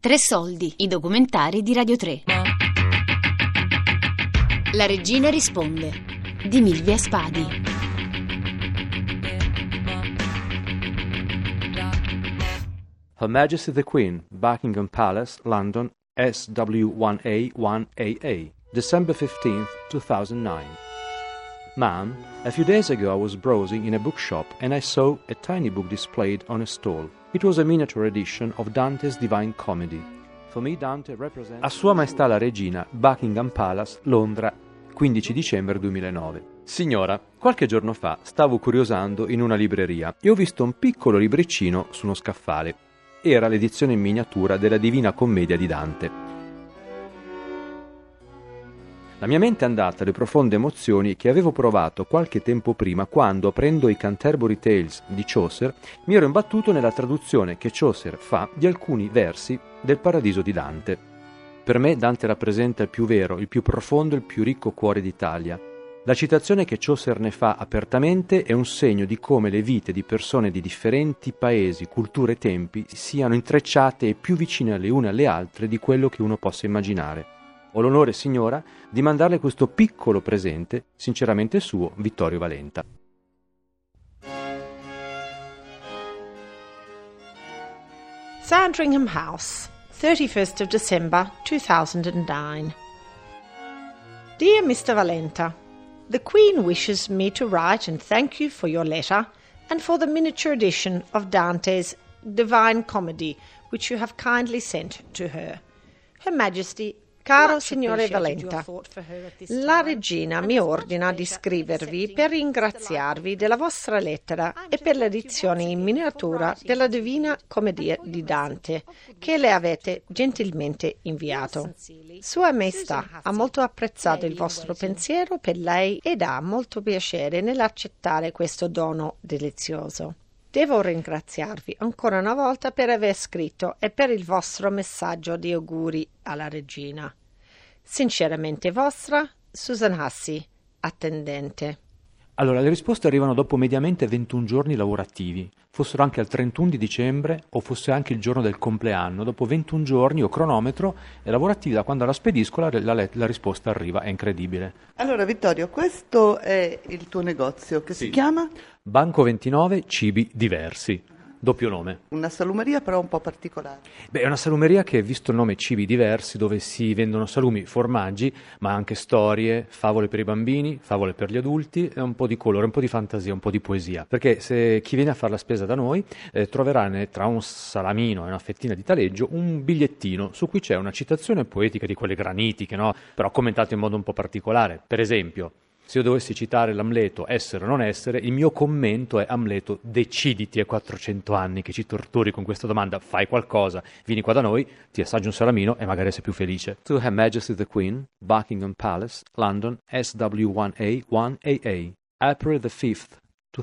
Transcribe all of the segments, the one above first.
Tre soldi, i documentari di Radio 3. La regina risponde, di Milvia Spadi. Her Majesty the Queen, Buckingham Palace, London, SW1A1AA, December 15th, 2009. Ma'am, a few days ago I was browsing in a bookshop and I saw a tiny book displayed on a stall. It was a miniature edition of Dante's Divine Comedy. For me, Dante represents... A Sua Maestà la Regina, Buckingham Palace, Londra, 15 dicembre 2009. Signora, qualche giorno fa stavo curiosando in una libreria e ho visto un piccolo libricino su uno scaffale. Era l'edizione in miniatura della Divina Commedia di Dante. La mia mente è andata alle profonde emozioni che avevo provato qualche tempo prima quando, aprendo i Canterbury Tales di Chaucer, mi ero imbattuto nella traduzione che Chaucer fa di alcuni versi del Paradiso di Dante. Per me Dante rappresenta il più vero, il più profondo e il più ricco cuore d'Italia. La citazione che Chaucer ne fa apertamente è un segno di come le vite di persone di differenti paesi, culture e tempi siano intrecciate e più vicine le une alle altre di quello che uno possa immaginare. Ho l'onore, signora, di mandarle questo piccolo presente, sinceramente suo, Vittorio Valenta. Sandringham House, 31st of December 2009. Dear Mr. Valenta, the Queen wishes me to write and thank you for your letter and for the miniature edition of Dante's Divine Comedy, which you have kindly sent to her. Her Majesty, caro signore Valenta, la regina mi ordina di scrivervi per ringraziarvi della vostra lettera e per l'edizione in miniatura della Divina Commedia di Dante che le avete gentilmente inviato. Sua Maestà ha molto apprezzato il vostro pensiero per lei ed ha molto piacere nell'accettare questo dono delizioso. Devo ringraziarvi ancora una volta per aver scritto e per il vostro messaggio di auguri alla regina. Sinceramente vostra, Susan Hussey, attendente. Allora, le risposte arrivano dopo mediamente 21 giorni lavorativi, fossero anche al 31 di dicembre o fosse anche il giorno del compleanno. Dopo 21 giorni io cronometro e lavorativi da quando la spedisco la risposta arriva, è incredibile. Allora Vittorio, questo è il tuo negozio che si chiama? Banco 29 Cibi Diversi, doppio nome. Una salumeria però un po' particolare. Beh, è una salumeria che, visto il nome Cibi Diversi, dove si vendono salumi, formaggi, ma anche storie, favole per i bambini, favole per gli adulti, e un po' di colore, un po' di fantasia, un po' di poesia. Perché se chi viene a fare la spesa da noi troverà tra un salamino e una fettina di taleggio un bigliettino su cui c'è una citazione poetica di quelle granitiche, no? Però commentate in modo un po' particolare. Per esempio, se io dovessi citare l'Amleto essere o non essere, il mio commento è: Amleto, deciditi, è 400 anni che ci torturi con questa domanda, fai qualcosa, vieni qua da noi, ti assaggio un salamino e magari sei più felice. To Her Majesty the Queen, Buckingham Palace, London, SW1A1AA, April the 5th,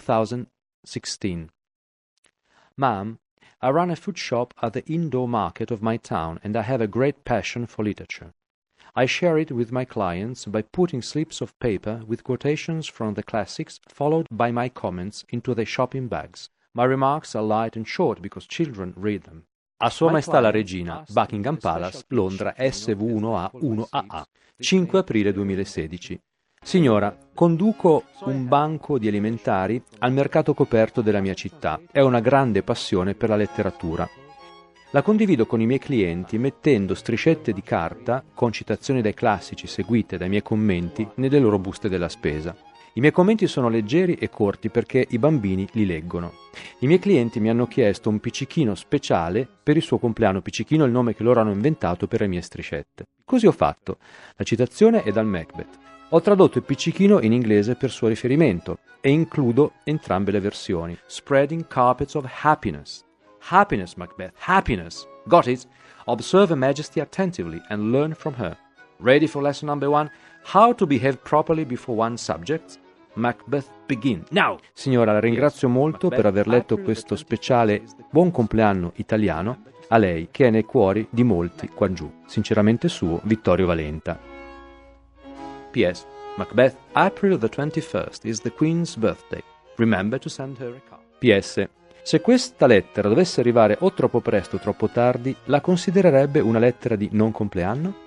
2016. Ma'am, I run a food shop at the indoor market of my town and I have a great passion for literature. I share it with my clients by putting slips of paper with quotations from the classics followed by my comments into their shopping bags. My remarks are light and short because children read them. A Sua Maestà la Regina, Buckingham Palace, Londra, SV1A1AA, 5 aprile 2016. Signora, conduco un banco di alimentari al mercato coperto della mia città e ho una grande passione per la letteratura. La condivido con i miei clienti mettendo striscette di carta con citazioni dai classici seguite dai miei commenti nelle loro buste della spesa. I miei commenti sono leggeri e corti perché i bambini li leggono. I miei clienti mi hanno chiesto un piccichino speciale per il suo compleanno. Piccichino è il nome che loro hanno inventato per le mie striscette. Così ho fatto. La citazione è dal Macbeth. Ho tradotto il piccichino in inglese per suo riferimento e includo entrambe le versioni. Spreading carpets of happiness. Happiness, Macbeth, happiness. Got it? Observe Her Majesty attentively and learn from her. Ready for lesson number 1? How to behave properly before one subject? Macbeth, begin. Now! Signora, la ringrazio molto per aver letto questo speciale buon compleanno italiano a lei, che è nei cuori di molti qua giù. Sinceramente suo, Vittorio Valenta. P.S. Macbeth, April the 21st is the Queen's birthday. Remember to send her a card. P.S. Se questa lettera dovesse arrivare o troppo presto o troppo tardi, la considererebbe una lettera di non compleanno?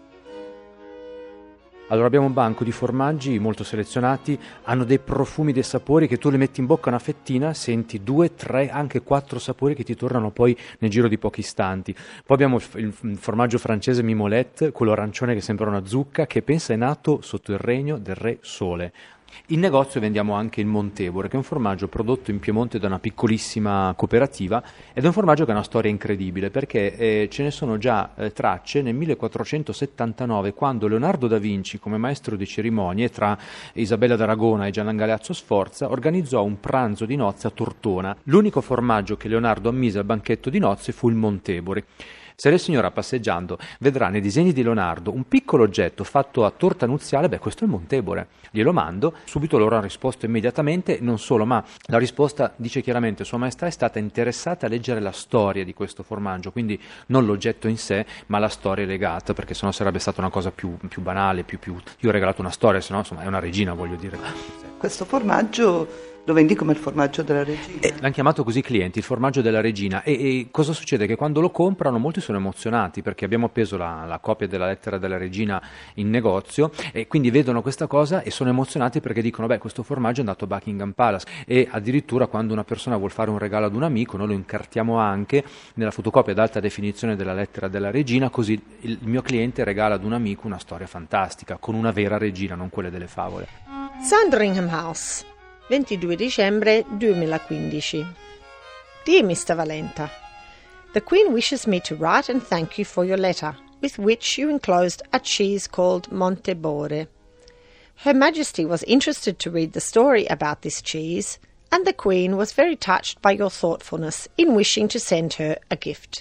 Allora abbiamo un banco di formaggi molto selezionati, hanno dei profumi, dei sapori che tu li metti in bocca una fettina, senti 2, 3, anche 4 sapori che ti tornano poi nel giro di pochi istanti. Poi abbiamo il formaggio francese Mimolette, quello arancione che sembra una zucca, che pensa è nato sotto il regno del re Sole. In negozio vendiamo anche il Montebore, che è un formaggio prodotto in Piemonte da una piccolissima cooperativa ed è un formaggio che ha una storia incredibile perché ce ne sono già tracce nel 1479, quando Leonardo da Vinci, come maestro di cerimonie tra Isabella d'Aragona e Gian Galeazzo Sforza, organizzò un pranzo di nozze a Tortona. L'unico formaggio che Leonardo ammise al banchetto di nozze fu il Montebore. Se la signora passeggiando vedrà nei disegni di Leonardo un piccolo oggetto fatto a torta nuziale, questo è il Montebore. Glielo mando, subito loro hanno risposto immediatamente, non solo, ma la risposta dice chiaramente: Sua Maestà è stata interessata a leggere la storia di questo formaggio, quindi non l'oggetto in sé, ma la storia legata, perché sennò sarebbe stata una cosa più banale, io ho regalato una storia, sennò insomma è una regina, voglio dire. Questo formaggio lo vendi come il formaggio della regina? L'hanno chiamato così i clienti, il formaggio della regina. E cosa succede? Che quando lo comprano molti sono emozionati perché abbiamo appeso la copia della lettera della regina in negozio e quindi vedono questa cosa e sono emozionati perché dicono: questo formaggio è andato a Buckingham Palace. E addirittura quando una persona vuol fare un regalo ad un amico, noi lo incartiamo anche nella fotocopia ad alta definizione della lettera della regina, così il mio cliente regala ad un amico una storia fantastica con una vera regina, non quelle delle favole. Sandringham House, 22 dicembre 2015. Dear Mr. Valenta, the Queen wishes me to write and thank you for your letter, with which you enclosed a cheese called Montebore. Her Majesty was interested to read the story about this cheese, and the Queen was very touched by your thoughtfulness in wishing to send her a gift.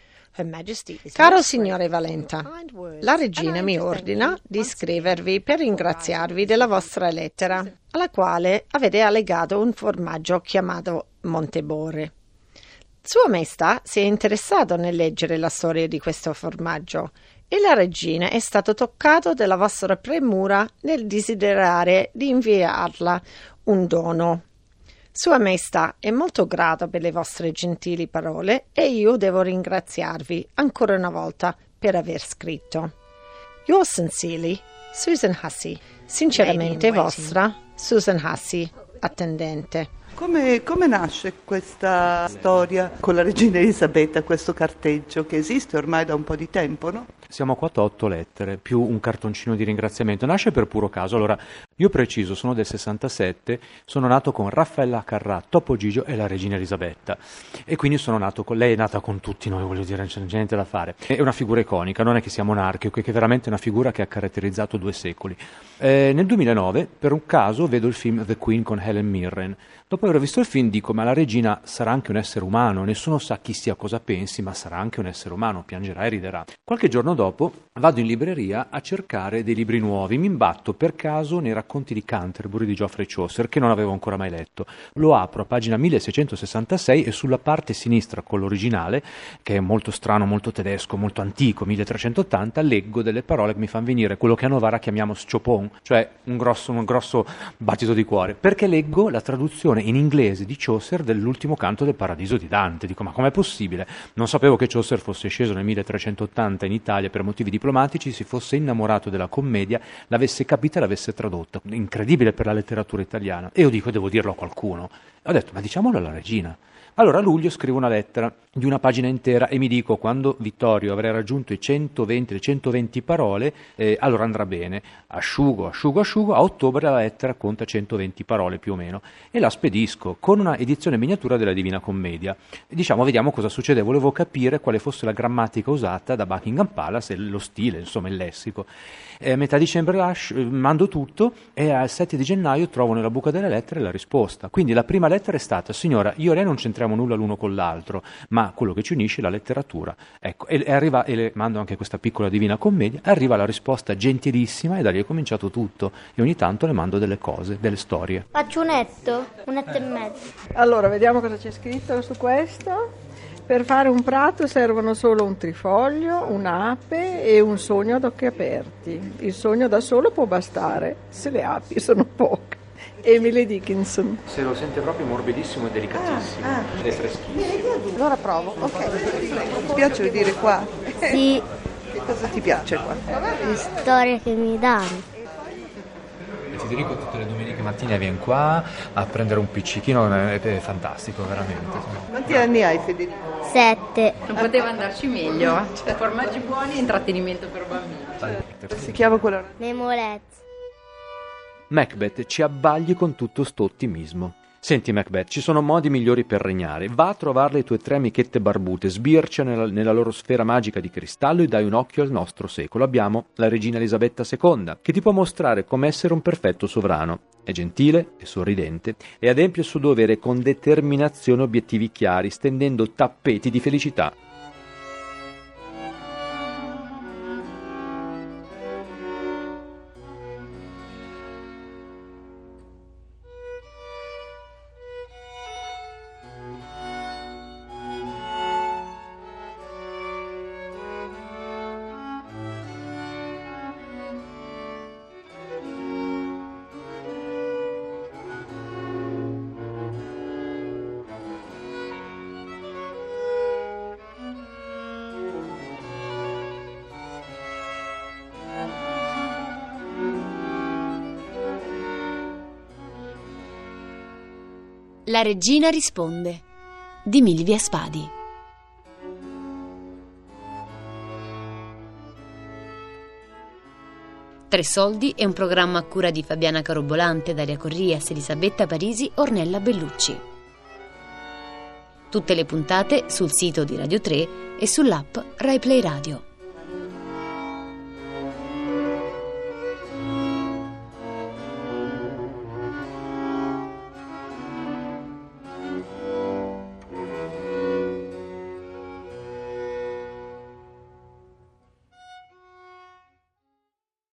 Caro signore Valenta, la regina mi ordina di scrivervi per ringraziarvi della vostra lettera, alla quale avete allegato un formaggio chiamato Montebore. Sua Maestà si è interessato nel leggere la storia di questo formaggio e la regina è stato toccato della vostra premura nel desiderare di inviarla un dono. Sua Maestà è molto grata per le vostre gentili parole e io devo ringraziarvi ancora una volta per aver scritto. Yours sincerely, Susan Hussey. Sinceramente vostra, Susan Hussey, attendente. Come nasce questa storia con la regina Elisabetta, questo carteggio che esiste ormai da un po' di tempo, no? Siamo a 48 lettere, più un cartoncino di ringraziamento. Nasce per puro caso. Allora, io preciso, sono del 67, sono nato con Raffaella Carrà, Topo Gigio e la regina Elisabetta. E quindi sono nato con lei, è nata con tutti noi, voglio dire, non c'è niente da fare. È una figura iconica, non è che sia monarchico, è che è veramente una figura che ha caratterizzato 2 secoli. Nel 2009, per un caso, vedo il film The Queen con Helen Mirren. Dopo aver visto il film dico: ma la regina sarà anche un essere umano, nessuno sa chi sia, cosa pensi, ma sarà anche un essere umano, piangerà e riderà. Qualche giorno dopo vado in libreria a cercare dei libri nuovi, mi imbatto per caso nei racconti di Canterbury di Geoffrey Chaucer, che non avevo ancora mai letto. Lo apro a pagina 1666 e sulla parte sinistra, con l'originale, che è molto strano, molto tedesco, molto antico, 1380, leggo delle parole che mi fanno venire quello che a Novara chiamiamo sciopon, cioè un grosso battito di cuore, perché leggo la traduzione in inglese di Chaucer dell'ultimo canto del Paradiso di Dante. Dico: ma com'è possibile? Non sapevo che Chaucer fosse sceso nel 1380 in Italia per motivi diplomatici, si fosse innamorato della commedia, l'avesse capita e l'avesse tradotta. Incredibile per la letteratura italiana. E io dico: devo dirlo a qualcuno. Ho detto: ma diciamolo alla regina. Allora a luglio scrivo una lettera di una pagina intera e mi dico: quando Vittorio avrà raggiunto le 120 parole, allora andrà bene. Asciugo, a ottobre la lettera conta 120 parole più o meno e la spedisco con una edizione miniatura della Divina Commedia. E vediamo cosa succede. Volevo capire quale fosse la grammatica usata da Buckingham Palace e lo stile, insomma il lessico. A metà dicembre mando tutto e al 7 di gennaio trovo nella buca delle lettere la risposta. Quindi la prima lettera è stata: signora, io e lei non c'entriamo nulla l'uno con l'altro, ma quello che ci unisce è la letteratura. Ecco, e le mando anche questa piccola Divina Commedia, arriva la risposta gentilissima e da lì è cominciato tutto. E ogni tanto le mando delle cose, delle storie. Faccio un etto e mezzo. Allora, vediamo cosa c'è scritto su questo. Per fare un prato servono solo un trifoglio, un'ape e un sogno ad occhi aperti. Il sogno da solo può bastare se le api sono poche. Emily Dickinson. Se lo sente proprio morbidissimo e delicatissimo. Ed è freschissimo. Allora provo, ok. Ti piace vedere qua? Sì, Che cosa ti piace qua? le storie che mi danno. Federico tutte le domeniche mattine viene qua a prendere un pizzichino, è fantastico, veramente. Quanti anni hai, Federico? 7. Non poteva andarci meglio, formaggi buoni e intrattenimento per bambini. Si chiama quella... Memolezza. Macbeth ci abbagli con tutto sto ottimismo. Senti Macbeth, ci sono modi migliori per regnare. Va a trovare le tue 3 amichette barbute, sbircia nella loro sfera magica di cristallo e dai un occhio al nostro secolo. Abbiamo la regina Elisabetta II, che ti può mostrare come essere un perfetto sovrano. È gentile, è sorridente e adempie il suo dovere con determinazione e obiettivi chiari, stendendo tappeti di felicità. La regina risponde di Milvia Spadi. Tre soldi è un programma a cura di Fabiana Carobolante, Daria Corrias, Elisabetta Parisi, Ornella Bellucci. Tutte le puntate sul sito di Radio 3 e sull'app Rai Play Radio.